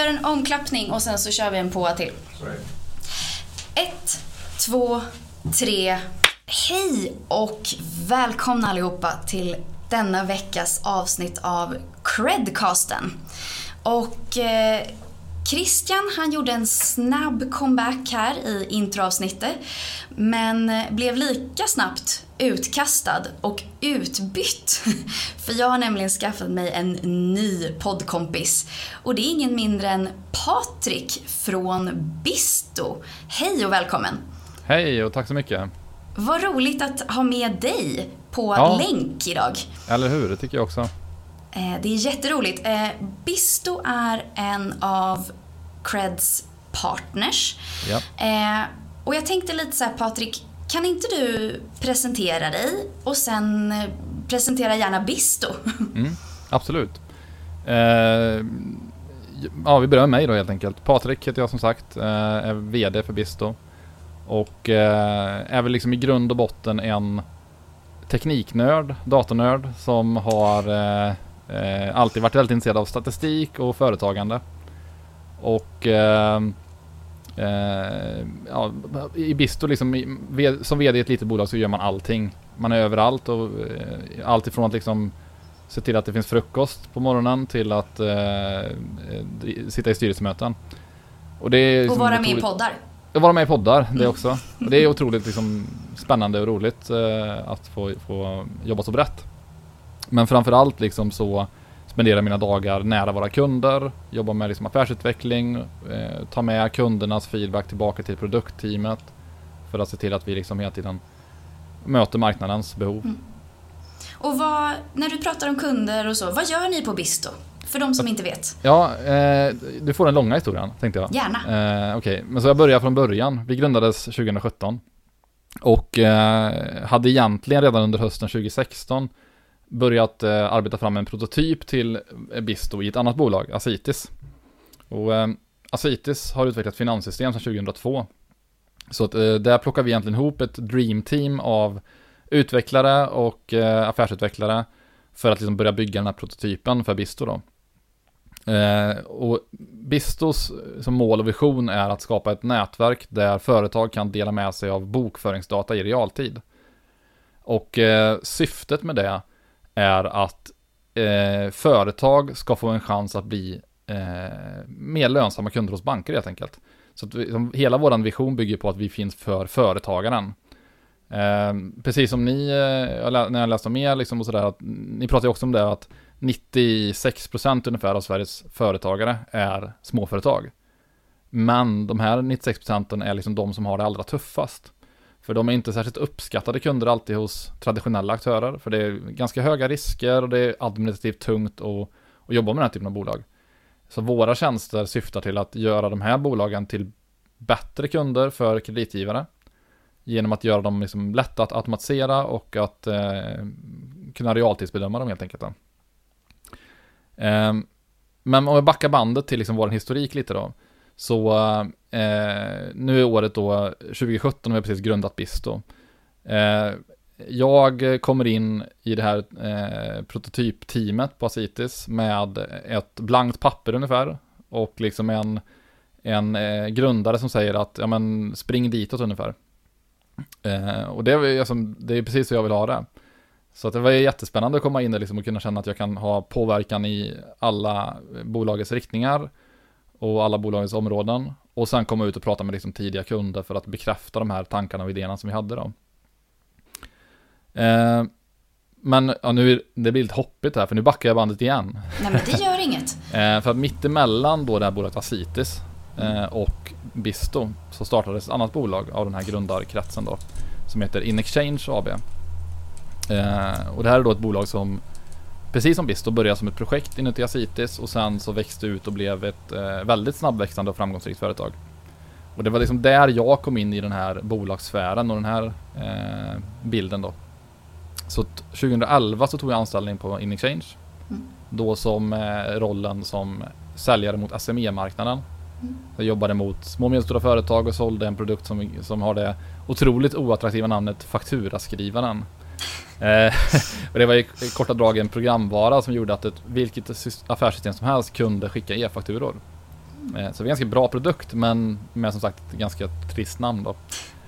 en omklappning och sen så kör vi en på till. 1, 2, 3. Hej och välkomna allihopa till denna veckas avsnitt av Credcasten. Och Christian, han gjorde en snabb comeback här i introavsnittet, men blev lika snabbt utkastad och utbytt. För jag har nämligen skaffat mig en ny poddkompis. Och det är ingen mindre än Patrik från Bisto. Hej och välkommen. Hej och tack så mycket. Vad roligt att ha med dig på länk idag. Eller hur, det tycker jag också. Det är jätteroligt. Bisto är en av Creds partners. Ja. Och jag tänkte lite så här, Patrik, kan inte du presentera dig och sen presentera gärna Bisto? Absolut. Vi börjar med mig då helt enkelt. Patrik heter jag som sagt, är vd för Bisto. Och är väl liksom i grund och botten en tekniknörd, datornörd som har alltid varit väldigt intresserad av statistik och företagande. Och i Bisto liksom, som vd i ett litet bolag så gör man allting. Man är överallt och allt ifrån att liksom se till att det finns frukost på morgonen till att sitta i styrelsemöten. Och, det är liksom och vara med i poddar. Och vara med i poddar, det också. Och det är otroligt liksom spännande och roligt att få jobba så brett. Men framförallt liksom så spendera mina dagar nära våra kunder, jobba med liksom affärsutveckling, ta med kundernas feedback tillbaka till produktteamet för att se till att vi liksom hela tiden möter marknadens behov. Och när du pratar om kunder och så, vad gör ni på Bisto? För de som inte vet. Ja, du får den långa historien, tänkte jag. Gärna. Okej, men så jag börjar från början. Vi grundades 2017 och hade egentligen redan under hösten 2016 börjat arbeta fram en prototyp till Bisto i ett annat bolag, Acitis. Och Acitis har utvecklat finanssystem sedan 2002. Så att, där plockar vi egentligen ihop ett dream team av utvecklare och affärsutvecklare för att liksom börja bygga den här prototypen för Bisto då. Och Bistos som mål och vision är att skapa ett nätverk där företag kan dela med sig av bokföringsdata i realtid. Och syftet med det är att företag ska få en chans att bli mer lönsamma kunder hos banker helt enkelt. Så att hela vår vision bygger på att vi finns för företagaren. Precis som ni, när jag läste om er liksom och sådär, att ni pratar ju också om det att 96% ungefär av Sveriges företagare är småföretag. Men de här 96% är liksom de som har det allra tuffast. För de är inte särskilt uppskattade kunder alltid hos traditionella aktörer. För det är ganska höga risker och det är administrativt tungt att jobba med den här typen av bolag. Så våra tjänster syftar till att göra de här bolagen till bättre kunder för kreditgivare. Genom att göra dem liksom lätta att automatisera och att kunna realtidsbedöma dem helt enkelt. Men om vi backar bandet till liksom vår historik lite då. Så nu är året då 2017 och vi har precis grundat Bisto. Jag kommer in i det här prototypteamet på Acitis med ett blankt papper ungefär. Och liksom en grundare som säger att ja, men spring ditåt ungefär. Och det är precis så jag vill ha det. Så att det var jättespännande att komma in där liksom och kunna känna att jag kan ha påverkan i alla bolagets riktningar och alla bolagets områden. Och sen komma ut och prata med liksom tidiga kunder för att bekräfta de här tankarna och idéerna som vi hade då. Men ja, det blir lite hoppigt här för nu backar jag bandet igen. Nej, men det gör inget. För att mittemellan då det här bolaget Acitis och Bisto så startades ett annat bolag av den här grundarkretsen då som heter InExchange AB. Och det här är då ett bolag som precis som Bisto började som ett projekt inuti Acitis och sen så växte ut och blev ett väldigt snabbväxande och framgångsrikt företag. Och det var liksom där jag kom in i den här bolagssfären och den här bilden då. Så 2011 så tog jag anställning på InExchange. Då som rollen som säljare mot SME-marknaden. Jag jobbade mot små och medelstora företag och sålde en produkt som har det otroligt oattraktiva namnet fakturaskrivaren. Och det var i korta drag en programvara som gjorde att vilket affärssystem som helst kunde skicka e-fakturor. Så det är en ganska bra produkt, men med som sagt ett ganska trist namn då.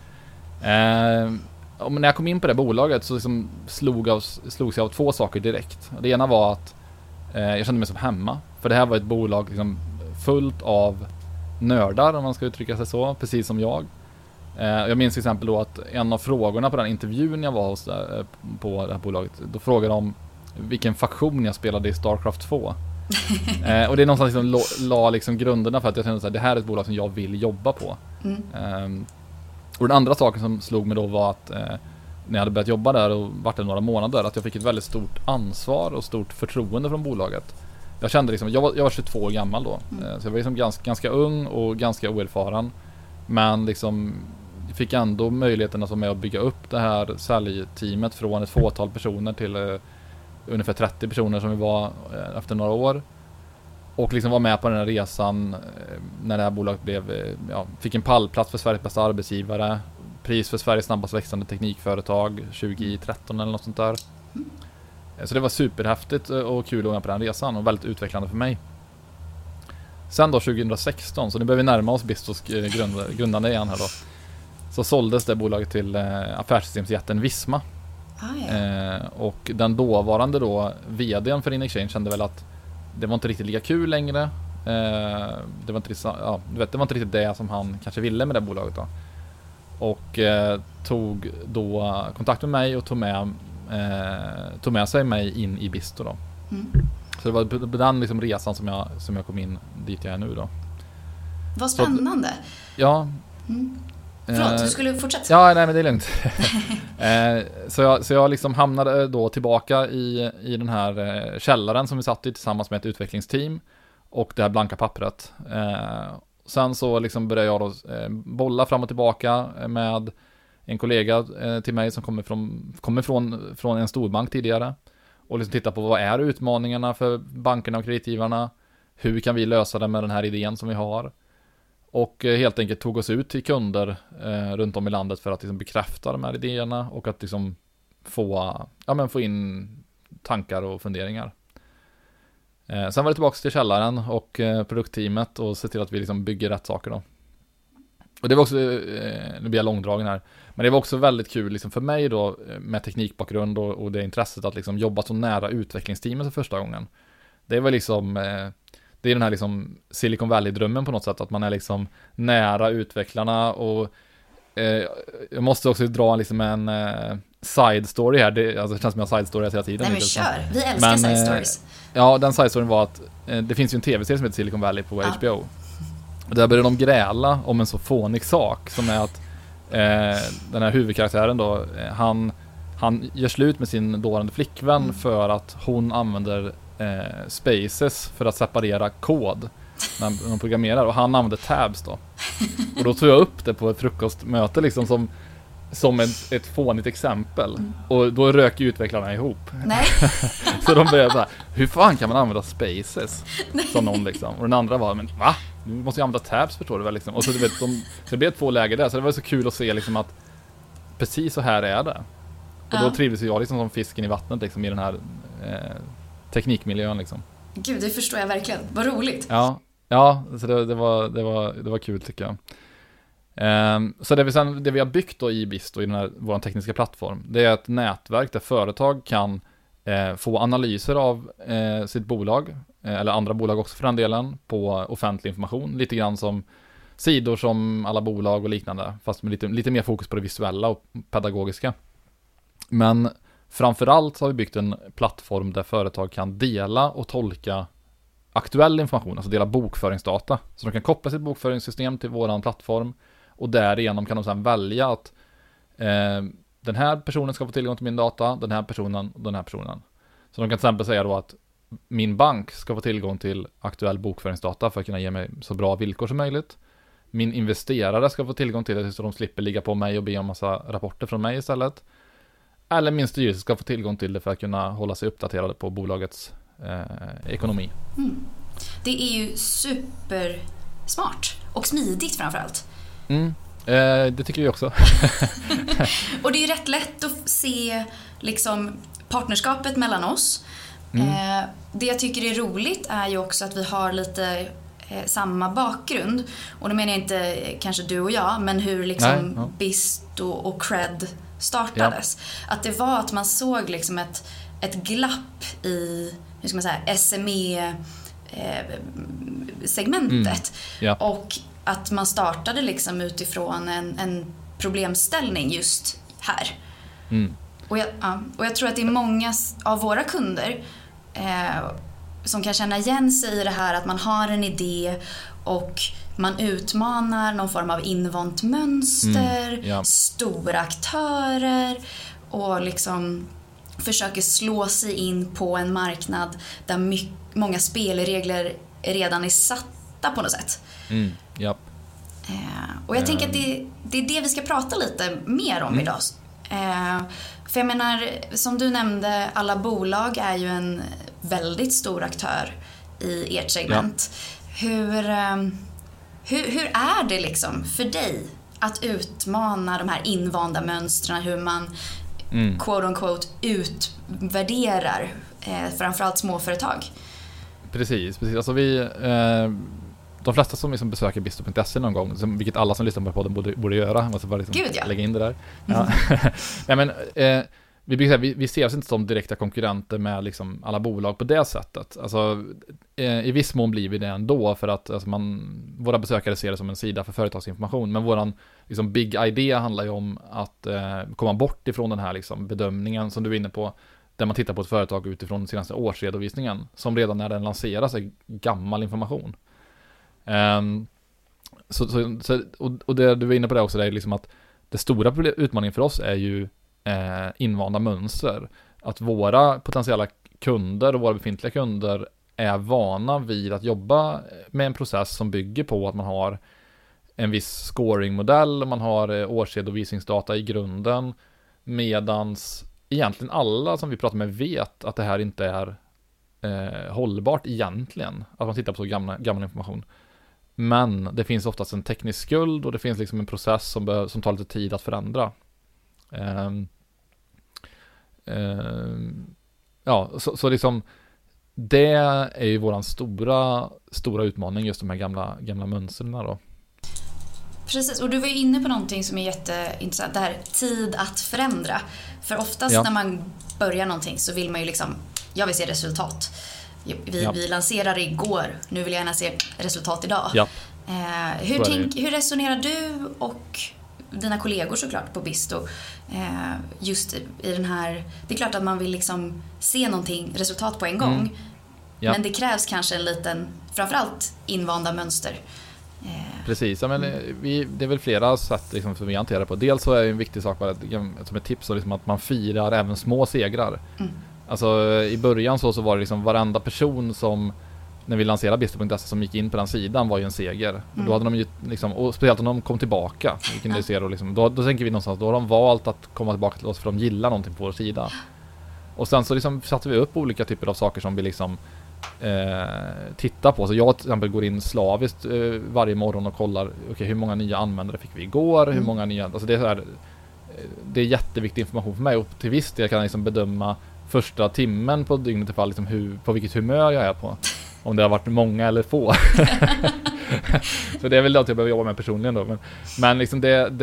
Och när jag kom in på det bolaget så liksom slogs jag av två saker direkt. Det ena var att jag kände mig som hemma. För det här var ett bolag liksom fullt av nördar, om man ska uttrycka sig så, precis som jag. Jag minns till exempel då att en av frågorna på den intervjun jag var hos på det här bolaget, då frågade de vilken faktion jag spelade i StarCraft 2. Och det är någonstans liksom la liksom grunderna för att jag tänkte att det här är ett bolag som jag vill jobba på. Och den andra saken som slog mig då var att när jag hade börjat jobba där och varit där några månader, att jag fick ett väldigt stort ansvar och stort förtroende från bolaget. Jag kände liksom, jag var 22 år gammal då, så jag var liksom ganska ung och ganska oerfaren, men liksom fick ändå möjligheten att vara med och bygga upp det här säljteamet från ett fåtal personer till ungefär 30 personer som vi var efter några år. Och liksom var med på den här resan när det här bolaget fick en pallplats för Sveriges bästa arbetsgivare, pris för Sveriges snabbast växande teknikföretag 2013 eller något sånt där. Så det var superhäftigt och kul att vara med på den resan och väldigt utvecklande för mig. Sen då 2016, så nu börjar vi närma oss Bistos grundande igen här då, så såldes det bolaget till affärssystemsjätten Visma. Och den dåvarande då vdn för InExchange kände väl att det var inte riktigt lika kul längre. Det var inte riktigt det som han kanske ville med det bolaget då. Och tog då kontakt med mig och tog med sig mig in i Bisto då. Så det var på den liksom resan som jag kom in dit jag är nu då. Vad spännande. Ja. Förlåt, du skulle fortsätta. Ja, nej men det är lugnt. Så jag liksom hamnade då tillbaka i den här källaren som vi satt i tillsammans med ett utvecklingsteam och det här blanka pappret. Sen så liksom började jag då bolla fram och tillbaka med en kollega till mig som kommer från en storbank tidigare och liksom titta på vad är utmaningarna för bankerna och kreditgivarna, hur kan vi lösa det med den här idén som vi har. Och helt enkelt tog oss ut till kunder runt om i landet för att liksom bekräfta de här idéerna och att liksom få in tankar och funderingar. Sen var det tillbaka till källaren och produktteamet och se till att vi liksom bygger rätt saker då. Och det var också, nu blir jag långdragen här, men det var också väldigt kul liksom för mig då med teknikbakgrund och det intresset att liksom jobba så nära utvecklingsteamet för första gången. Det var liksom... Det är den här liksom Silicon Valley-drömmen på något sätt, att man är liksom nära utvecklarna och jag måste också dra liksom en side story här. Det känns som jag har side story hela tiden. Nej men kör, vi älskar side stories. Ja, den side storyn var att det finns ju en tv-serie som heter Silicon Valley på HBO. Och där började de gräla om en så fånig sak som är att den här huvudkaraktären då, han gör slut med sin dåvarande flickvän för att hon använder spaces för att separera kod när de programmerar och han använder tabs då. Och då tog jag upp det på ett frukostmöte liksom som ett fånigt exempel. Och då rök utvecklarna ihop. Nej. Så de började såhär, hur fan kan man använda spaces? Som någon liksom. Och den andra var, men va? Du måste ju använda tabs, förstår du väl liksom. Och så så det blev två läger där. Så det var så kul att se liksom att precis så här är det. Och då trivdes jag liksom som fisken i vattnet liksom i den här teknikmiljön liksom. Gud, det förstår jag verkligen. Vad roligt. Ja, så det var kul tycker jag. Så det vi har byggt då i Bisto, i den här vår tekniska plattform, det är ett nätverk där företag kan få analyser av sitt bolag, eller andra bolag också för den delen, på offentlig information. Lite grann som sidor som alla bolag och liknande, fast med lite mer fokus på det visuella och pedagogiska. Men framförallt så har vi byggt en plattform där företag kan dela och tolka aktuell information, alltså dela bokföringsdata. Så de kan koppla sitt bokföringssystem till våran plattform och därigenom kan de sedan välja att den här personen ska få tillgång till min data, den här personen och den här personen. Så de kan till exempel säga då att min bank ska få tillgång till aktuell bokföringsdata för att kunna ge mig så bra villkor som möjligt. Min investerare ska få tillgång till det så de slipper ligga på mig och be om massa rapporter från mig istället. Eller min styrelse ska få tillgång till det för att kunna hålla sig uppdaterade på bolagets ekonomi. Det är ju supersmart och smidigt framförallt. Det tycker jag också. Och det är ju rätt lätt att se liksom partnerskapet mellan oss. Det jag tycker är roligt är ju också att vi har lite samma bakgrund. Och då menar jag inte kanske du och jag, men hur liksom Bisto och Cred startades. Ja. Att det var att man såg liksom ett glapp i, hur ska man säga, SME segmentet. Och att man startade liksom utifrån en problemställning just här. Och jag tror att det är många av våra kunder som kan känna igen sig i det här, att man har en idé och man utmanar någon form av invant mönster, stora aktörer, och liksom försöker slå sig in på en marknad där många spelregler redan är satta på något sätt. Och jag tänker att det är det vi ska prata lite mer om idag. För jag menar, som du nämnde, alla bolag är ju en väldigt stor aktör i ert segment. Hur är det liksom för dig att utmana de här invanda mönstren, hur man quote on quote utvärderar framförallt småföretag? Precis. Alltså de flesta som liksom besöker bisto.se någon gång, vilket alla som lyssnar på podden borde göra, måste bara liksom lägga in det där. Nej, men vi ser oss inte som direkta konkurrenter med liksom alla bolag på det sättet. Alltså, i viss mån blir vi det ändå, för att alltså, våra besökare ser det som en sida för företagsinformation. Men våran liksom big idea handlar ju om att komma bort ifrån den här liksom bedömningen som du är inne på, där man tittar på ett företag utifrån den senaste årsredovisningen, som redan när den lanseras är gammal information. Och det du var inne på det också, det är liksom att det stora utmaningen för oss är ju invanda mönster. Att våra potentiella kunder och våra befintliga kunder är vana vid att jobba med en process som bygger på att man har en viss scoringmodell, man har årsredovisningsdata i grunden, medans egentligen alla som vi pratar med vet att det här inte är hållbart egentligen, att man tittar på så gammal information. Men det finns oftast en teknisk skuld, och det finns liksom en process som tar lite tid att förändra. Så liksom det är ju våran stora utmaning, just de här gamla mönstren då. Precis, och du var ju inne på någonting som är jätteintressant, det här tid att förändra. För oftast när man börjar någonting så vill man ju liksom, jag vill se resultat. Vi lanserade igår, nu vill jag gärna se resultat idag. Hur resonerar du och dina kollegor såklart på Bisto just i den här, det är klart att man vill liksom se resultat på en gång, men det krävs kanske en liten, framförallt invanda mönster. Precis, men det är väl flera sätt liksom, som vi hanterar på. Dels så är det en viktig sak som ett tips, liksom, att man firar även små segrar. Alltså i början så var det liksom varenda person som, när vi lanserade Bisto.se, som gick in på den sidan var ju en seger. Då hade de ju liksom, och speciellt om de kom tillbaka, vilken ni ser, och liksom, då tänker vi någonstans, då har de valt att komma tillbaka till oss för de gillar någonting på vår sida. Och sen så liksom satte vi upp olika typer av saker som vi liksom tittar på. Så jag till exempel går in slaviskt varje morgon och kollar, hur många nya användare fick vi igår, hur många nya, alltså det är jätteviktig information för mig, och till viss del kan jag liksom bedöma första timmen på dygnet ifall liksom på vilket humör jag är på. Om det har varit många eller få. Så det är väl det att jag behöver jobba med personligen då. Men liksom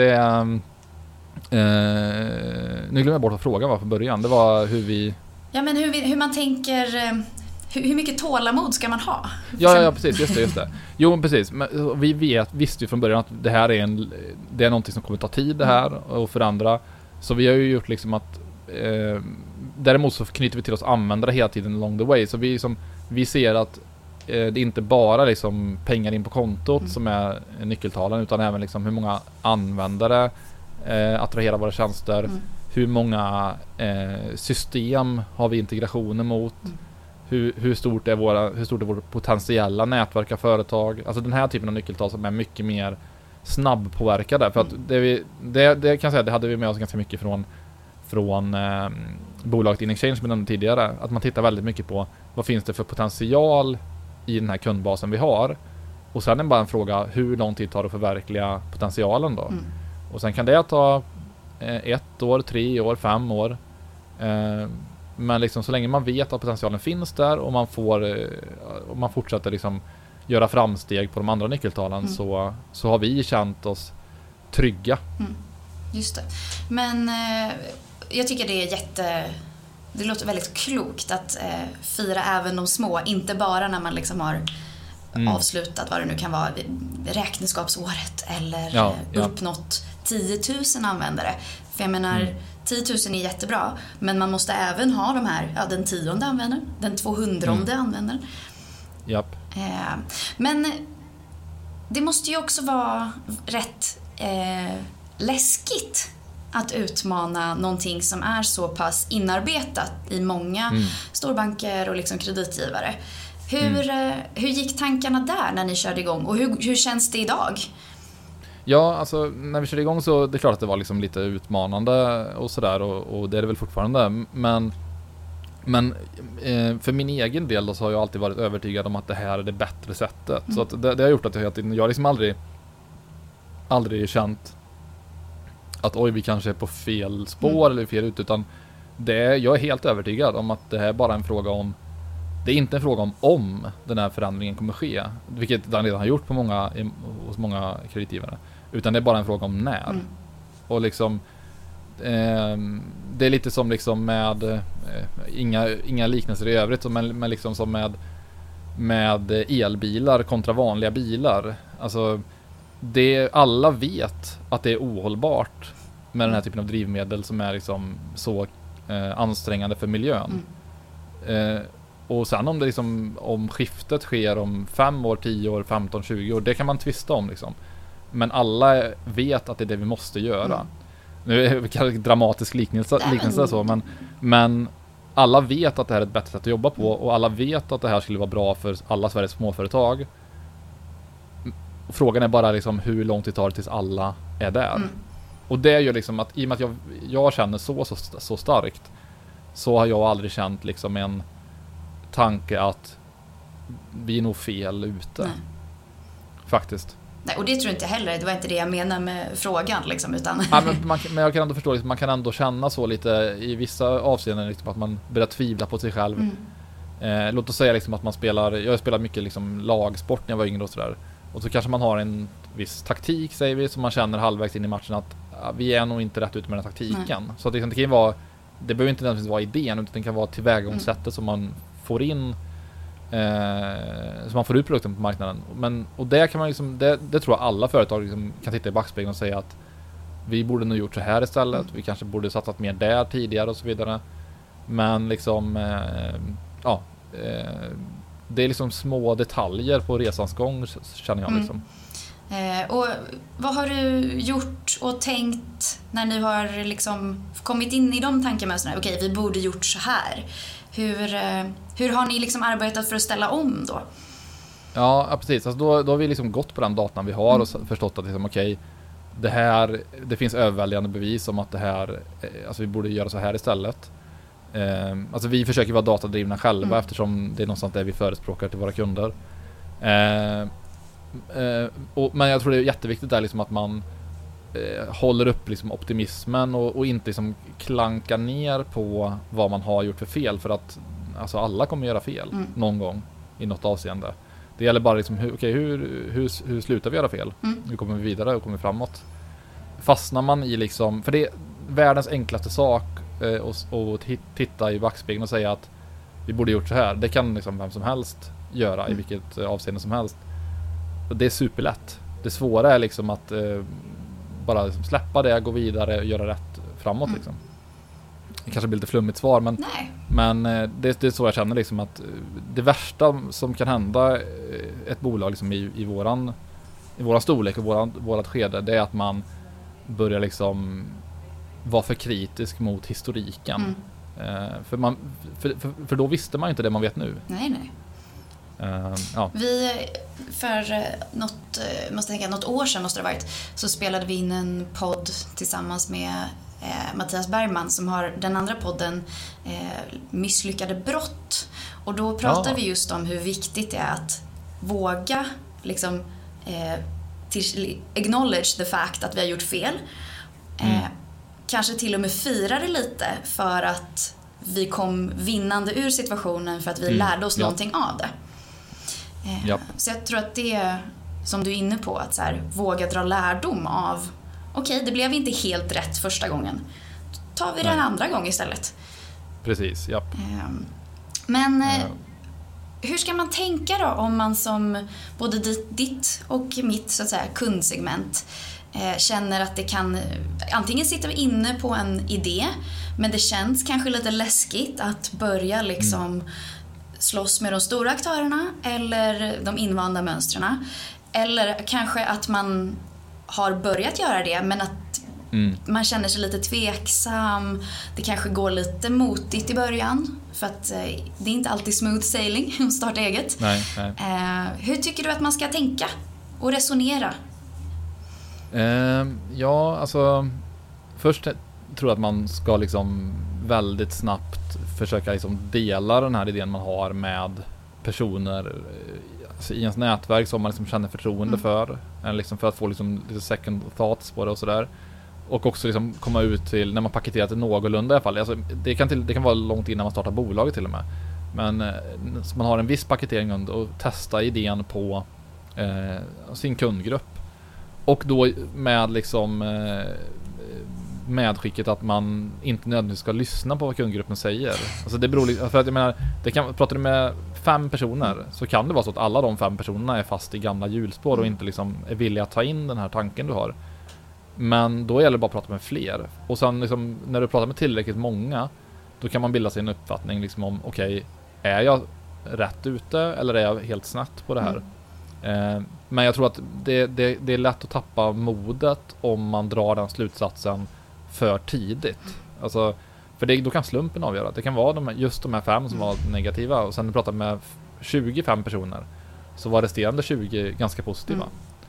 nu glömde jag bort att frågan var från början. Det var hur vi... Ja, men hur man tänker... Hur mycket tålamod ska man ha? Ja, precis, just det. Jo, precis. Men vi visste ju från början att det här det är någonting som kommer ta tid det här och förändra. Så vi har ju gjort liksom att däremot så knyter vi till oss användare hela tiden along the way. Så vi ser att det inte bara liksom pengar in på kontot som är nyckeltalen, utan även liksom hur många användare attraherar våra tjänster, hur många system har vi integrationer mot, hur stort är vårt potentiella nätverk av företag. Alltså den här typen av nyckeltal som är mycket mer snabbpåverkade. För att det kan jag säga, det hade vi med oss ganska mycket från bolaget InExchange som vi nämnde tidigare. Att man tittar väldigt mycket på vad finns det för potential i den här kundbasen vi har. Och sen är det bara en fråga, hur lång tid tar det att förverkliga potentialen då? Och sen kan det ta 1 år, 3 år, 5 år. Men liksom så länge man vet att potentialen finns där och man fortsätter liksom göra framsteg på de andra nyckeltalen så har vi känt oss trygga. Just det. Men jag tycker det låter väldigt klokt att fira även de små, inte bara när man liksom har avslutat vad det nu kan vara, räkenskapsåret eller uppnått 10 000 användare. För jag menar, 10 000 är jättebra, men man måste även ha de här, den 10:e användaren, den 200:e användaren. Japp. Men det måste ju också vara rätt läskigt att utmana någonting som är så pass inarbetat i många storbanker och liksom kreditgivare. Hur gick tankarna där när ni körde igång? Och hur känns det idag? Ja, alltså när vi körde igång så det är klart att det var liksom lite utmanande och sådär, och det är det väl fortfarande. Men för min egen del då, så har jag alltid varit övertygad om att det här är det bättre sättet. Så att det har gjort att jag liksom aldrig känt att vi kanske är på fel spår eller fel ut, utan jag är helt övertygad om att det här är bara en fråga om, det är inte en fråga om den här förändringen kommer ske, vilket den redan har gjort hos många kreditgivare, utan det är bara en fråga om när. Och liksom det är lite som liksom med inga liknelser i övrigt, men liksom som med elbilar kontra vanliga bilar. Alltså alla vet att det är ohållbart med den här typen av drivmedel som är liksom så ansträngande för miljön. Och sen om det liksom, om skiftet sker om 5 år, 10 år, 15, 20 år, det kan man tvista om liksom. Men alla vet att det är det vi måste göra. Nu är det en dramatisk liknelse så, men alla vet att det här är ett bättre sätt att jobba på, och alla vet att det här skulle vara bra för alla Sveriges småföretag. Frågan är bara liksom hur långt det tar tills alla är där. Och det gör liksom att i och med att jag känner så starkt, så har jag aldrig känt liksom en tanke att vi är nog fel ute. Nej. Faktiskt. Nej, och det tror jag inte heller. Det var inte det jag menar med frågan liksom, utan ja, men jag kan ändå förstå liksom, man kan ändå känna så lite i vissa avseenden liksom, att man börjar tvivla på sig själv. Låt oss säga liksom, att jag har spelat mycket liksom, lagsport när jag var yngre och sådär. Och så kanske man har en viss taktik, säger vi, som man känner halvvägs in i matchen att vi är nog inte rätt ute med den taktiken. Nej. Så att det kan ju vara, det behöver inte nödvändigtvis vara idén, utan det kan vara tillvägagångssättet som man får in, så man får ut produkten på marknaden. Och det kan man liksom, det tror jag alla företag liksom kan titta i backspegeln och säga att vi borde nog gjort så här istället. Vi kanske borde satsat mer där tidigare och så vidare. Men liksom det är liksom små detaljer på resans gång, känner jag liksom. Och vad har du gjort och tänkt när ni har liksom kommit in i de tankemönstren? Okej, vi borde gjort så här. Hur har ni liksom arbetat för att ställa om då? Ja, precis. Alltså då har vi liksom gått på den datan vi har och förstått att liksom, det finns överväldigande bevis om att det här, alltså vi borde göra så här istället. Alltså vi försöker vara datadrivna själva eftersom det är någonstans det vi förespråkar till våra kunder. Men jag tror det är jätteviktigt där liksom att man håller upp liksom optimismen och inte liksom klankar ner på vad man har gjort för fel, för att alltså alla kommer göra fel någon gång i något avseende. Det gäller bara liksom hur slutar vi göra fel? Hur kommer vi vidare och kommer framåt? Fastnar man i liksom, för det är världens enklaste sak och titta i backspegeln och säga att vi borde gjort så här. Det kan liksom vem som helst göra i vilket avseende som helst. Och det är superlätt. Det svåra är liksom att bara liksom släppa det, gå vidare och göra rätt framåt liksom. Det kanske blir lite flummigt svar, men det är så jag känner liksom, att det värsta som kan hända ett bolag liksom i våran storlek och vårat skede, det är att man börjar liksom vara för kritisk mot historiken. För då visste man inte det man vet nu. Nej. Vi för något år sedan måste det ha varit, så spelade vi in en podd tillsammans med Mattias Bergman som har den andra podden Misslyckade brott, och då pratade vi just om hur viktigt det är att våga liksom acknowledge the fact att vi har gjort fel, kanske till och med fira det lite för att vi kom vinnande ur situationen, för att vi lärde oss någonting av det. Så jag tror att det som du är inne på, att så här, våga dra lärdom av okej, det blev inte helt rätt första gången. Då tar vi det en andra gång istället. Precis, ja. Men hur ska man tänka då om man som både ditt och mitt så att säga kundsegment känner att det kan, antingen sitter vi inne på en idé men det känns kanske lite läskigt att börja liksom slåss med de stora aktörerna eller de invanda mönstren, eller kanske att man har börjat göra det men att man känner sig lite tveksam, det kanske går lite motigt i början för att det är inte alltid smooth sailing att starta eget. Nej. Hur tycker du att man ska tänka och resonera? Ja, alltså först tror jag att man ska liksom väldigt snabbt försöka liksom dela den här idén man har med personer alltså i ens nätverk som man liksom känner förtroende för, liksom för att få liksom lite second thoughts på det och sådär. Och också liksom komma ut till, när man paketerar det någorlunda i alla fall. Alltså, det kan vara långt innan man startar bolaget till och med. Men så man har en viss paketering under och testa idén på sin kundgrupp. Och då med liksom medskicket att man inte nödvändigtvis ska lyssna på vad kundgruppen säger. Alltså det beror, för att jag menar, pratar du med 5 personer så kan det vara så att alla de 5 personerna är fast i gamla hjulspår och inte liksom är villiga att ta in den här tanken du har. Men då gäller det bara att prata med fler. Och sen liksom, när du pratar med tillräckligt många, då kan man bilda sig en uppfattning liksom om, okej, är jag rätt ute eller är jag helt snett på det här? Men jag tror att det är lätt att tappa modet om man drar den slutsatsen för tidigt. Alltså, för då kan slumpen avgöra. Det kan vara just de här 5 som var negativa, och sen du pratar med 25 personer så var resterande 20 ganska positiva.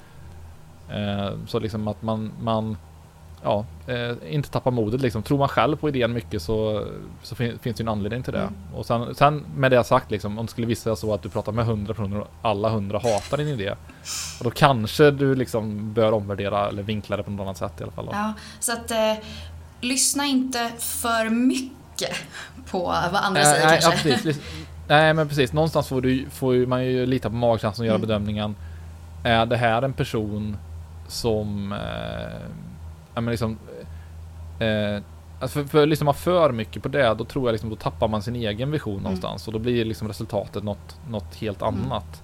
Så liksom att man inte tappar modet liksom. Tror man själv på idén mycket så finns det en anledning till det. Och sen med det sagt liksom, om det skulle visa så att du pratar med 100 personer och alla 100 hatar din idé, och då kanske du liksom bör omvärdera eller vinkla det på något annat sätt i alla fall då. Ja, så att lyssna inte för mycket på vad andra säger kanske. Ja, precis. Nej, men precis. Någonstans får man ju lita på magkänslan och göra bedömningen. Är det här en person som alltså för lyssnar man för mycket på det, då tror jag liksom, då tappar man sin egen vision någonstans, och då blir liksom resultatet något helt annat.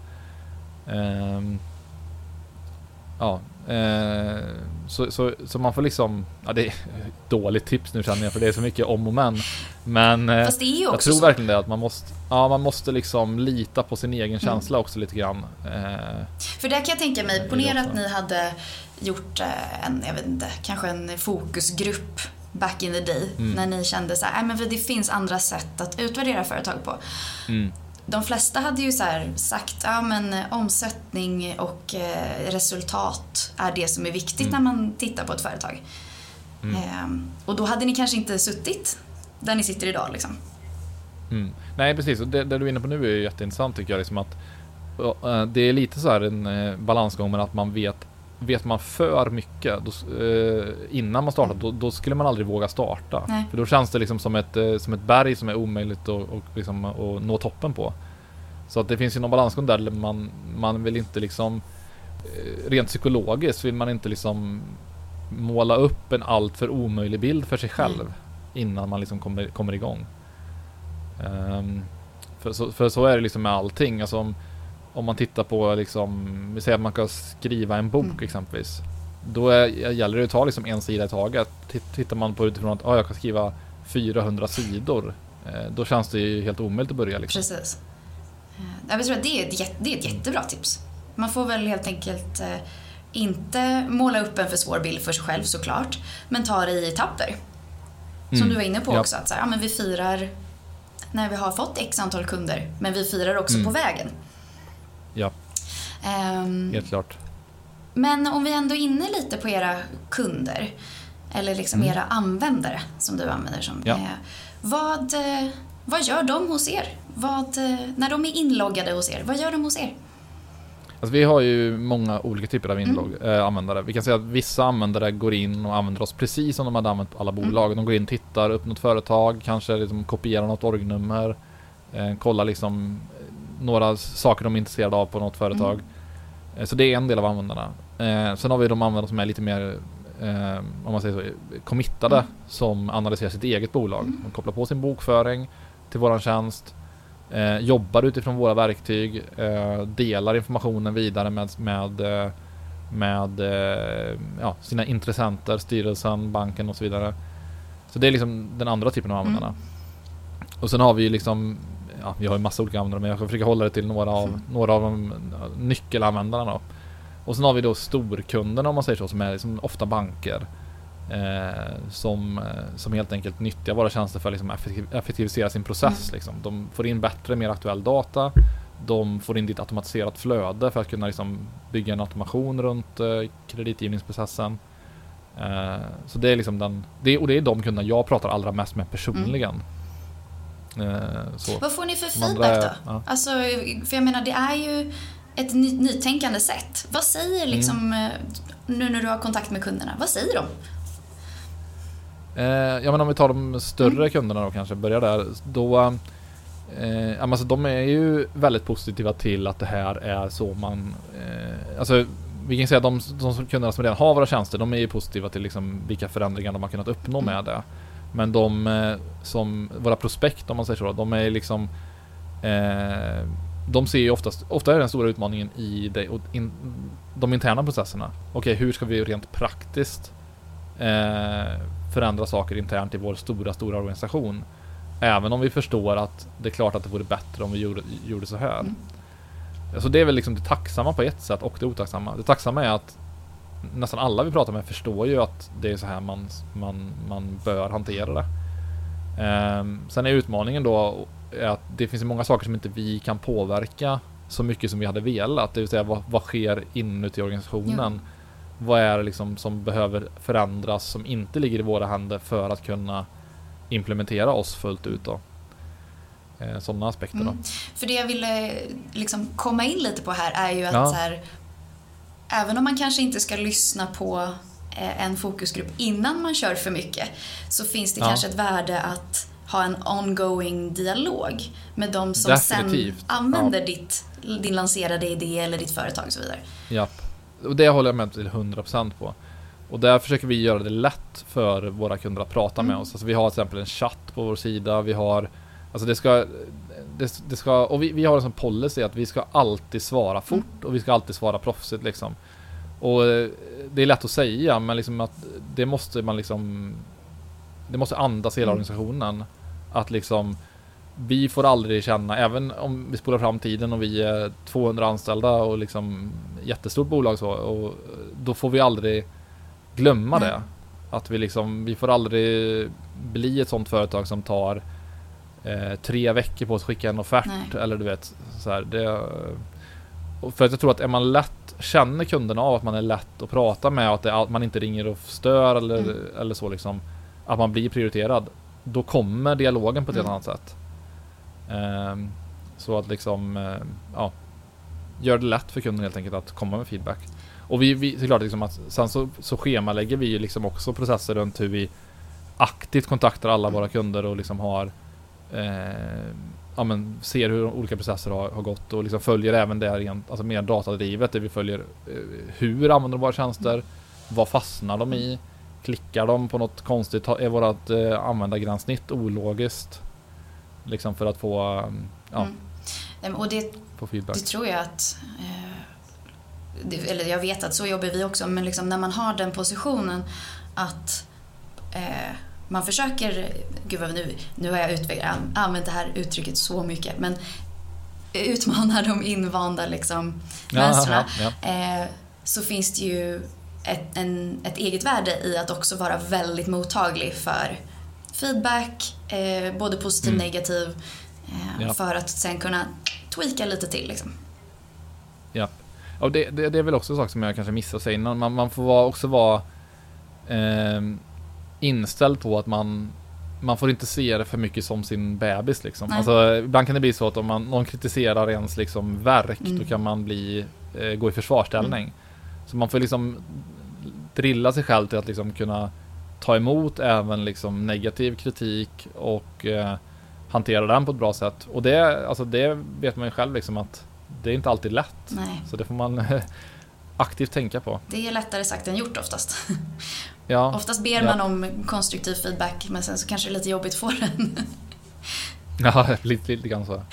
Så man får liksom, det är dåligt tips nu känner jag, för det är så mycket om och men fast det är ju också jag tror så. verkligen det, att man måste liksom lita på sin egen känsla också lite grann. För där kan jag tänka mig, ponera att ni hade gjort kanske en fokusgrupp back in the day, när ni kände så här, men det finns andra sätt att utvärdera företag på. De flesta hade ju så här sagt, men omsättning och resultat är det som är viktigt när man tittar på ett företag. Och då hade ni kanske inte suttit där ni sitter idag liksom. Nej, precis. Och det du är inne på nu är ju jätteintressant tycker jag, liksom att det är lite så här en balansgång med att man vet man för mycket innan man startar, då skulle man aldrig våga starta. Nej. För då känns det liksom som ett berg som är omöjligt att nå toppen på. Så att det finns ju någon balansgång där man vill inte liksom rent psykologiskt vill man inte liksom måla upp en alltför omöjlig bild för sig själv innan man liksom kommer igång. För så är det liksom med allting. Alltså om man tittar på liksom, vi säger att man ska skriva en bok exempelvis, då gäller det att ta liksom en sida i taget. Tittar man på utifrån att jag kan skriva 400 sidor, då känns det ju helt omöjligt att börja liksom. Precis. Jag tror att det är ett jättebra tips. Man får väl helt enkelt inte måla upp en för svår bild för sig själv såklart, men ta det i etapper. Som du var inne på också, att så här, men vi firar när vi har fått x antal kunder, men vi firar också på vägen. Ja, helt klart. Men om vi ändå är inne lite på era kunder, eller liksom era användare som du använder som, vad gör de hos er? När de är inloggade hos er, vad gör de hos er? Alltså vi har ju många olika typer av användare. Vi kan säga att vissa användare går in och använder oss precis som de hade använt alla bolag. De går in, tittar upp något företag, kanske liksom kopierar något orgnummer, kollar liksom några saker de är intresserade av på något företag. Så det är en del av användarna. Sen har vi de användare som är lite mer om man säger så, committade, som analyserar sitt eget bolag. De kopplar på sin bokföring till våran tjänst, jobbar utifrån våra verktyg, delar informationen vidare med sina intressenter, styrelsen, banken och så vidare. Så det är liksom den andra typen av användarna. Och sen har vi liksom, vi har ju massa olika användare, men jag ska försöka hålla det till några av de nyckelanvändarna då. Och sen har vi då storkunderna, om man säger så, som är liksom ofta banker, som helt enkelt nyttjar våra tjänster för att liksom effektivisera sin process. Liksom. De får in bättre, mer aktuell data. De får in ditt automatiserat flöde för att kunna liksom bygga en automation runt kreditgivningsprocessen. Så det är liksom det är de kunderna jag pratar allra mest med personligen. Så. Vad får ni för feedback då? Ja. Alltså, för jag menar, det är ju ett nytänkande sätt. Vad säger liksom nu när du har kontakt med kunderna? Vad säger de? Men om vi tar de större kunderna då, kanske börjar där, då alltså de är ju väldigt positiva till att det här är så man alltså vi kan säga att de kunderna som redan har våra tjänster, de är ju positiva till liksom vilka förändringar de har kunnat uppnå med det. Men de som våra prospekt, om man säger så, de är liksom de ser ju ofta är den stora utmaningen i de interna processerna. Okej, hur ska vi rent praktiskt förändra saker internt i vår stora organisation, även om vi förstår att det är klart att det vore bättre om vi gjorde så här. Så det är väl liksom det tacksamma på ett sätt och det otacksamma. Det tacksamma är att nästan alla vi pratar med förstår ju att det är så här man bör hantera det. Sen är utmaningen då att det finns många saker som inte vi kan påverka så mycket som vi hade velat. Det vill säga vad sker inuti organisationen? Vad är det liksom som behöver förändras som inte ligger i våra händer för att kunna implementera oss fullt ut då? Sådana aspekter då. För det jag ville liksom komma in lite på här är ju att så här, även om man kanske inte ska lyssna på en fokusgrupp innan man kör för mycket, så finns det kanske ett värde att ha en ongoing dialog med de som definitivt sen använder din lanserade idé eller ditt företag och så vidare. Japp. Och det håller jag med till 100% på. Och där försöker vi göra det lätt för våra kunder att prata med oss. Alltså vi har till exempel en chatt på vår sida. Vi har, alltså det ska och vi har en sån policy att vi ska alltid svara fort och vi ska alltid svara proffsigt liksom. Och det är lätt att säga, men liksom att det måste andas hela organisationen, att liksom vi får aldrig känna, även om vi spolar fram tiden och vi är 200 anställda och liksom jättestort bolag så, och då får vi aldrig glömma det, att vi får aldrig bli ett sånt företag som tar 3 veckor på att skicka en offert eller du vet så här, för att jag tror att är man känner kunderna av att man är lätt att prata med och att man inte ringer och stör eller så liksom, att man blir prioriterad, då kommer dialogen på ett helt annat sätt. Så att liksom gör det lätt för kunden helt enkelt att komma med feedback. Och vi såklart liksom att sen så schemalägger vi ju liksom också processer runt hur vi aktivt kontaktar alla våra kunder och liksom har ser hur olika processer har gått och liksom följer även det alltså mer datadrivet, där vi följer hur använder de våra tjänster, vad fastnar de i, klickar de på något konstigt, är vårat användargränssnitt ologiskt liksom, för att få och få feedback. Det tror jag att eller jag vet att så jobbar vi också, men liksom när man har den positionen att man försöker, gud vad nu har jag använt det här uttrycket så mycket, men utmanar de invanda liksom mönstren, så finns det ju ett eget värde i att också vara väldigt mottaglig för feedback, både positiv och negativ, för att sen kunna tweaka lite till liksom. Ja. Och det är väl också en sak som jag kanske missar att säga. Man får också vara inställd på att man får inte se det för mycket som sin bebis liksom. Alltså, ibland kan det bli så att om någon kritiserar ens liksom verk, då kan man gå i försvarsställning. Så man får liksom drilla sig själv till att liksom kunna ta emot även liksom negativ kritik och hantera den på ett bra sätt. Och det vet man ju själv liksom att det är inte alltid lätt. Nej. Så det får man aktivt tänka på. Det är lättare sagt än gjort oftast. Ja. Oftast ber man om konstruktiv feedback, men sen så kanske det är lite jobbigt att få den. Ja, lite grann så.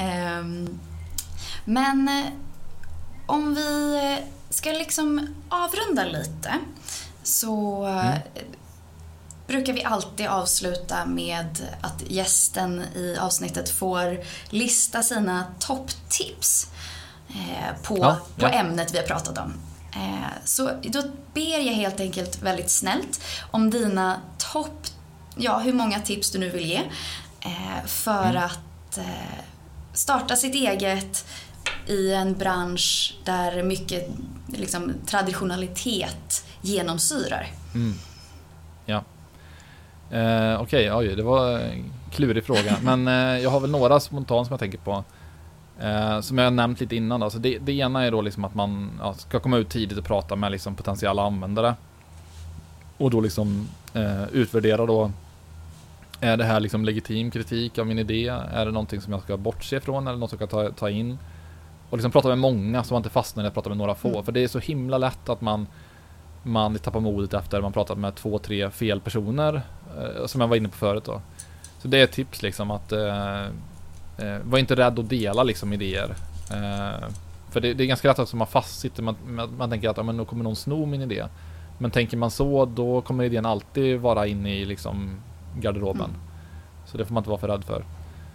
Men om vi ska liksom avrunda lite, så brukar vi alltid avsluta med att gästen i avsnittet får lista sina topptips på ämnet vi har pratat om. Så då ber jag helt enkelt väldigt snällt om dina hur många tips du nu vill ge för att starta sitt eget i en bransch där mycket liksom traditionalitet genomsyrar. Ja. Okej, det var en klurig fråga. Men jag har väl några spontant som jag tänker på. Som jag har nämnt lite innan då. Så det ena är då liksom att man ska komma ut tidigt och prata med liksom potentiella användare. Och då liksom utvärdera då. Är det här liksom legitim kritik av min idé? Är det någonting som jag ska bortse ifrån eller något som jag ska ta in? Och liksom prata med många så man inte fastnar när jag pratar med några få. För det är så himla lätt att man tappar modet efter man pratat med 2-3 fel personer. Som jag var inne på förut då. Så det är ett tips liksom att var inte rädd att dela liksom idéer. För det är ganska lätt att man fastsitter. Man tänker att då kommer någon sno min idé. Men tänker man så, då kommer idén alltid vara inne i liksom garderoben. Så det får man inte vara för rädd för.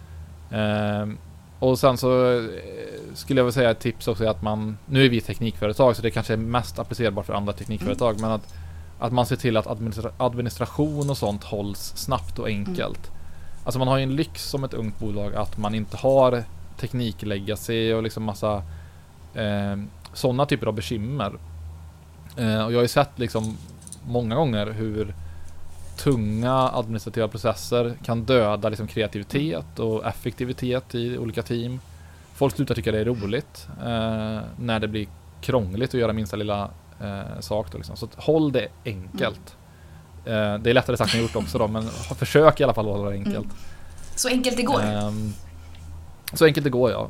Och sen så skulle jag väl säga ett tips också är att nu är vi teknikföretag så det kanske är mest applicerbart för andra teknikföretag, men att man ser till att administration och sånt hålls snabbt och enkelt. Alltså man har ju en lyx som ett ungt bolag att man inte har tekniklegacy och liksom massa sådana typer av bekymmer. Och jag har ju sett liksom många gånger hur tunga administrativa processer kan döda liksom kreativitet och effektivitet i olika team. Folk slutar tycka det är roligt när det blir krångligt att göra minsta lilla sak då liksom. Så håll det enkelt. Det är lättare sagt än gjort också då, men försök i alla fall hålla det enkelt. Så enkelt det går. Så enkelt det går, ja.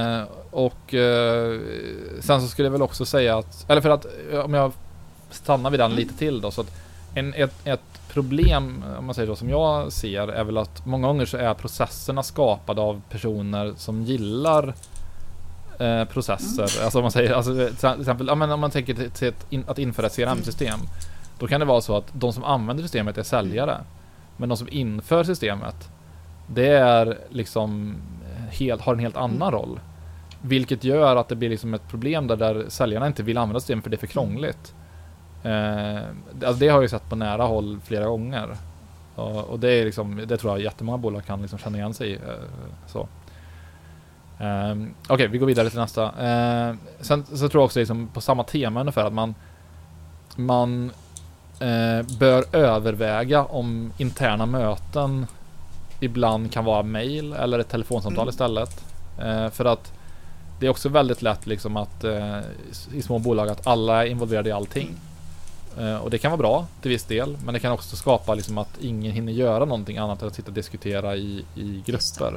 Sen så skulle jag väl också säga att, eller för att om jag stannar vid den lite till då, så att ett problem, om man säger så, som jag ser är väl att många gånger så är processerna skapade av personer som gillar processer. Alltså om man säger, till exempel, om man tänker till att införa ett CRM-system, då kan det vara så att de som använder systemet är säljare, men de som inför systemet, det är liksom har en helt annan roll. Vilket gör att det blir liksom ett problem där säljarna inte vill använda systemet för det är för krångligt. Alltså det har jag ju sett på nära håll flera gånger. Och det är liksom, det tror jag jättemånga bolag kan liksom känna igen sig i. Så. Okej, vi går vidare till nästa. Sen så tror jag också liksom på samma tema ungefär att man bör överväga om interna möten ibland kan vara mejl eller ett telefonsamtal istället. För att det är också väldigt lätt liksom att i små bolag att alla är involverade i allting. Och det kan vara bra till viss del, men det kan också skapa liksom att ingen hinner göra någonting annat än att sitta och diskutera i grupper.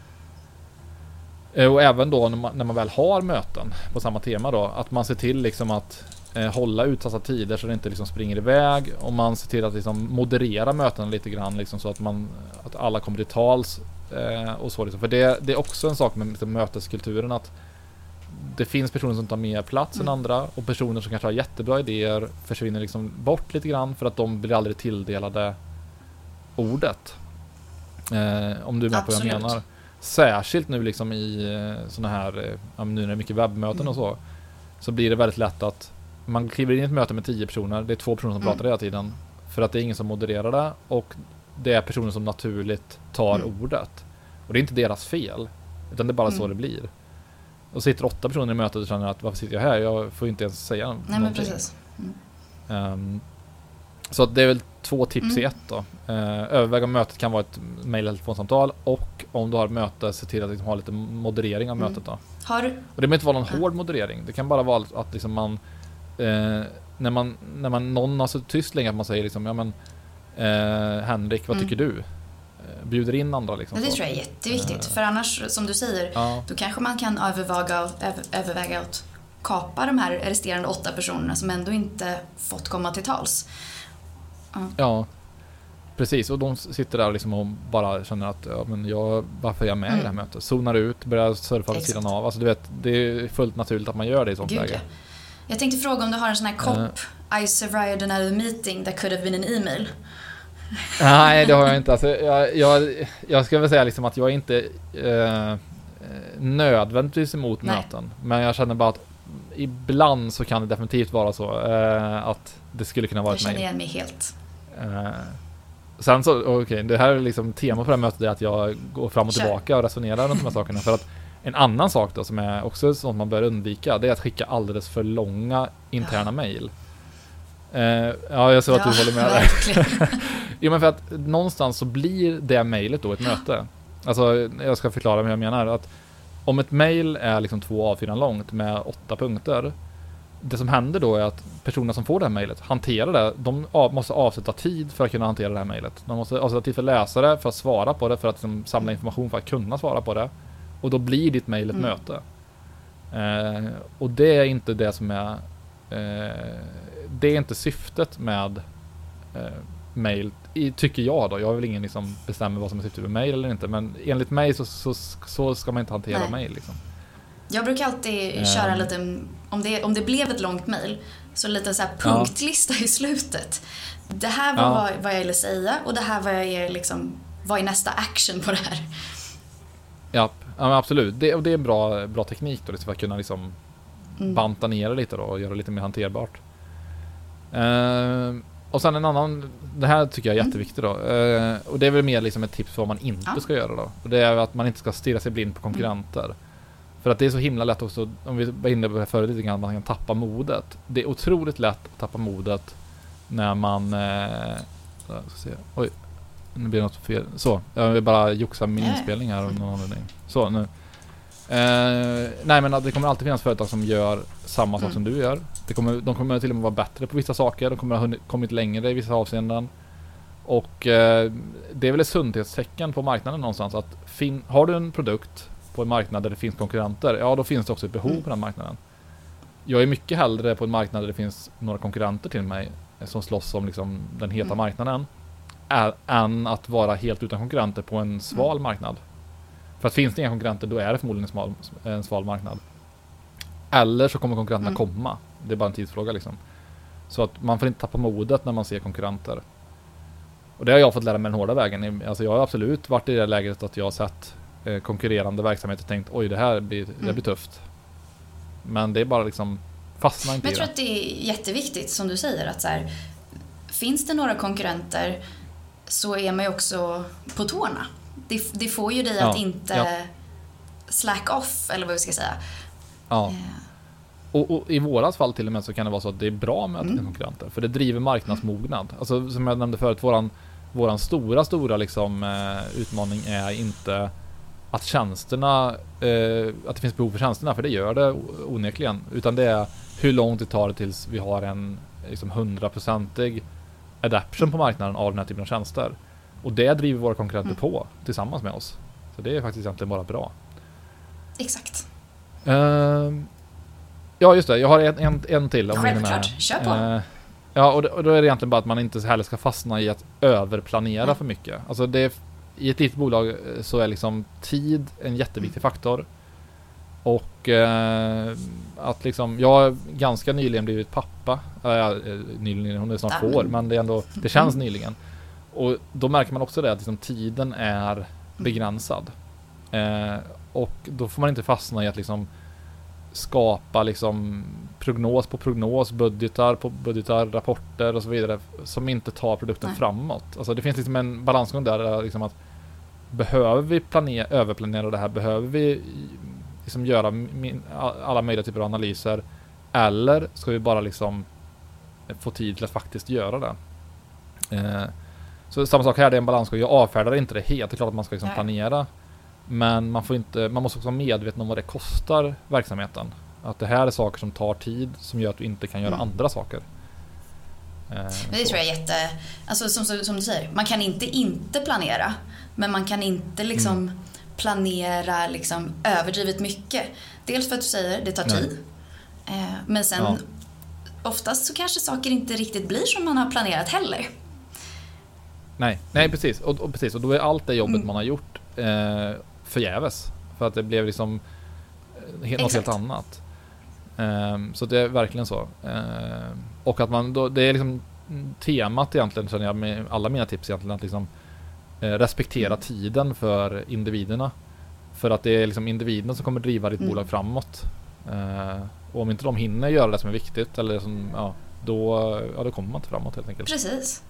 Och även då när man väl har möten på samma tema då, att man ser till liksom att hålla utsatta tider så det inte liksom springer iväg, och man ser till att liksom moderera mötena lite grann liksom, så att alla kommer till tals och så liksom. För det är också en sak med liksom möteskulturen, att det finns personer som tar mer plats än andra, och personer som kanske har jättebra idéer försvinner liksom bort lite grann för att de blir aldrig tilldelade ordet. Om du är med på vad jag menar. Särskilt nu liksom i såna här, nu när det är mycket webbmöten och så blir det väldigt lätt att man kliver in i ett möte med 10 personer, det är 2 personer som pratar hela tiden, för att det är ingen som modererar det, och det är personer som naturligt tar ordet. Och det är inte deras fel, utan det är bara så det blir. Och sitter 8 personer i mötet och känner att varför sitter jag här? Jag får inte ens säga någonting. Nej, men precis. Så det är väl 2 tips i ett då. Överväga om mötet kan vara ett mejl- eller telefonsamtal, och om du har ett möte, se till att liksom ha lite moderering av mötet då. Och det behöver inte vara någon hård moderering. Det kan bara vara att liksom man när någon har så tyst länge att man säger liksom, Henrik, vad tycker du? bjuder in andra liksom. Det tror jag är jätteviktigt. För annars, som du säger, då kanske man kan överväga att kapa de här resterande 8 personerna som ändå inte fått komma till tals. Ja, precis. Och de sitter där liksom och bara känner att varför är jag med i det här mötet? Zonar ut, börjar surfa vid sidan av. Alltså du vet, det är fullt naturligt att man gör det i sånt läge. Jag tänkte fråga om du har en sån här kopp I survived another meeting that could have been an email. Nej, det har jag inte. Alltså, jag ska väl säga liksom att jag är inte nödvändigtvis emot möten. Men jag känner bara att ibland så kan det definitivt vara så att det skulle kunna vara ett mejl. Jag känner igen mig helt. Sen så, det här är liksom tema för det här mötet är att jag går fram och tillbaka och resonerar runt de här sakerna. För att en annan sak då som är också sånt man bör undvika, det är att skicka alldeles för långa interna mejl. Jag såg att du håller med där. Jo, men för att någonstans så blir det mejlet då ett möte. Alltså, jag ska förklara vad jag menar. Att om ett mejl är liksom 2 A4 långt med 8 punkter, det som händer då är att personerna som får det här mejlet hanterar det. De måste avsätta tid för att kunna hantera det här mejlet. De måste avsätta tid för att läsa det, för att svara på det, för att liksom samla information för att kunna svara på det. Och då blir ditt mejl ett möte. Och det är inte det som är det är inte syftet med mejl, tycker jag då. Jag är väl ingen liksom bestämmer vad som är syftet med mejl eller inte, men enligt mig så ska man inte hantera mejl liksom. Jag brukar alltid köra en liten, om det blev ett långt mejl, så en liten så här punktlista i slutet. Det här var vad jag ville säga, och det här vad är nästa action på det här. Ja, men absolut. Det är en bra teknik då, för att kunna liksom banta ner det lite då, och göra det lite mer hanterbart. Och sen en annan, det här tycker jag är jätteviktigt då, och det är väl mer liksom ett tips för vad man inte ska göra då. Och det är att man inte ska stirra sig blind på konkurrenter. För att det är så himla lätt också, om vi var inne på det förut lite grann, man kan tappa modet. Det är otroligt lätt att tappa modet när man nu blir det något fel. Så, jag vill bara joxa min inspelning här. Så, nu. Nej, men det kommer alltid finnas företag som gör samma sak som du gör. De kommer till och med vara bättre på vissa saker. De kommer ha kommit längre i vissa avseenden. Och det är väl ett sundhetstecken på marknaden någonstans. Att har du en produkt på en marknad där det finns konkurrenter, ja, då finns det också ett behov på den marknaden. Jag är mycket hellre på en marknad där det finns några konkurrenter till mig som slåss om liksom den heta marknaden, än att vara helt utan konkurrenter på en sval marknad. För att finns det inga konkurrenter, då är det förmodligen en sval marknad. Eller så kommer konkurrenterna komma. Det är bara en tidsfråga liksom. Så att man får inte tappa modet när man ser konkurrenter. Och det har jag fått lära mig den hårda vägen. Alltså jag har absolut varit i det läget att jag har sett konkurrerande verksamhet och tänkt, oj, det blir tufft. Men det är bara liksom, fastna inte i det. Men jag tror att det är jätteviktigt, som du säger, att så här, finns det några konkurrenter så är man ju också på tårna. Det får ju dig att inte slack off, eller vad vi ska säga. Ja. Och i våras fall till och med så kan det vara så att det är bra med konkurrenter. För det driver marknadsmognad. Alltså som jag nämnde förut, våran stora liksom, utmaning är inte att tjänsterna, att det finns behov för tjänsterna, för det gör det onekligen. Utan det är hur långt det tar tills vi har en liksom 100% adaption på marknaden av den här typen av tjänster. Och det driver våra konkurrenter på tillsammans med oss. Så det är faktiskt egentligen bara bra. Exakt. Ja, just det. Jag har en till. Självklart, kör på. Ja, och då är det egentligen bara att man inte heller ska fastna i att överplanera för mycket. Alltså i ett litet bolag så är liksom tid en jätteviktig faktor. Och att liksom, jag har ganska nyligen blivit pappa. Nyligen, hon är snart 2 år, men det känns nyligen. Och då märker man också det att liksom, tiden är begränsad. Och då får man inte fastna i att liksom skapa liksom prognos på prognos, budgetar på budgetar, rapporter och så vidare som inte tar produkten framåt. Alltså det finns liksom en balansgång där liksom att behöver vi överplanera det här, behöver vi liksom göra alla möjliga typer av analyser, eller ska vi bara liksom få tid till att faktiskt göra det. Så samma sak här, det är en balansgång. Jag avfärdar inte det helt. Det är klart att man ska liksom planera, men man måste också vara medveten om vad det kostar verksamheten. Att det här är saker som tar tid, som gör att du inte kan göra andra saker. Det tror jag är alltså som du säger, man kan inte planera, men man kan inte liksom planera liksom överdrivet mycket. Dels för att du säger det tar tid. Men sen oftast så kanske saker inte riktigt blir som man har planerat heller. Nej, precis. Och precis. Och då är allt det jobbet man har gjort förgäves. För att det blev liksom något helt annat. Så det är verkligen så. Och att man då, det är liksom temat egentligen, känner jag med alla mina tips egentligen, att liksom respektera tiden för individerna. För att det är liksom individerna som kommer driva ditt bolag framåt. Och om inte de hinner göra det som är viktigt, eller som, då kommer man inte framåt helt enkelt. Precis.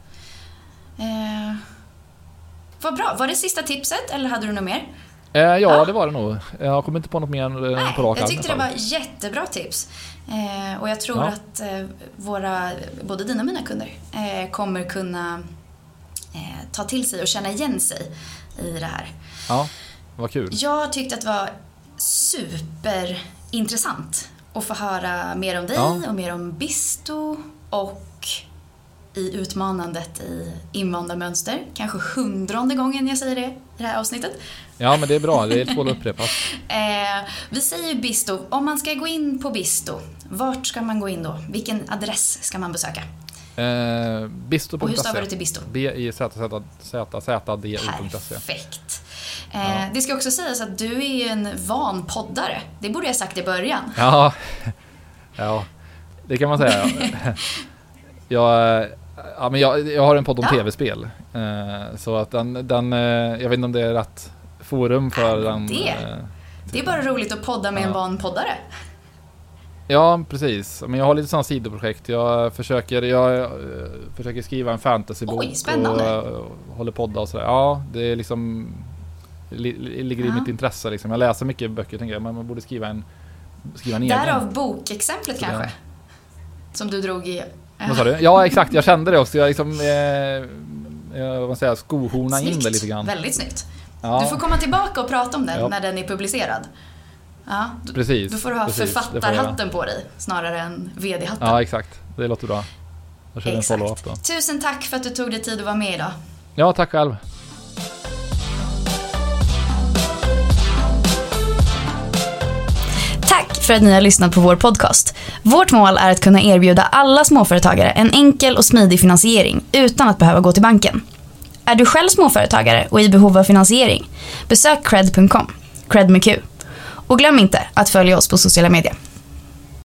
Vad bra. Var det sista tipset eller hade du något mer? Det var det nog. Jag kommer inte på något mer på rak arm. Jag tyckte det var jättebra tips. Och jag tror att både dina och mina kunder kommer kunna ta till sig och känna igen sig i det här. Ja, vad kul. Jag tyckte att det var superintressant att få höra mer om dig och mer om Bisto och i utmanandet i invandrarmönster. Kanske 100:e gången jag säger det i det här avsnittet. Ja, men det är bra. Det är ett att upprepas. Vi säger Bisto. Om man ska gå in på Bisto, vart ska man gå in då? Vilken adress ska man besöka? Bisto.se. Och hur stavar du till Bisto? BIZZD.se. Perfekt. Det ska också sägas att du är en van poddare. Det borde jag sagt i början. Ja, det kan man säga. Jag har en podd om tv-spel. Så att den jag vet inte om det är rätt forum för den. Det är bara roligt att podda med en van poddare. Ja, precis. Men jag har lite sådana sidoprojekt. Jag försöker skriva en fantasybok. Oj, spännande. Och håller podda och sådär. Ja, det är liksom ligger i mitt intresse liksom. Jag läser mycket böcker, tänker jag, men man borde skriva en egen. Därav bokexemplet så kanske. Som du drog i. Vad sa du? Ja, exakt. Jag kände det också. Jag liksom skohorna in det lite grann. Väldigt snyggt. Ja. Du får komma tillbaka och prata om den när den är publicerad. Ja, precis. Då får du ha författarhatten på dig snarare än vd-hatten. Ja, exakt. Det låter bra. Jag kör en follow-up då. Tusen tack för att du tog dig tid att vara med idag. Ja, tack själv. Tack för att ni har lyssnat på vår podcast. Vårt mål är att kunna erbjuda alla småföretagare en enkel och smidig finansiering utan att behöva gå till banken. Är du själv småföretagare och i behov av finansiering? Besök cred.com. Cred med Q. Och glöm inte att följa oss på sociala medier.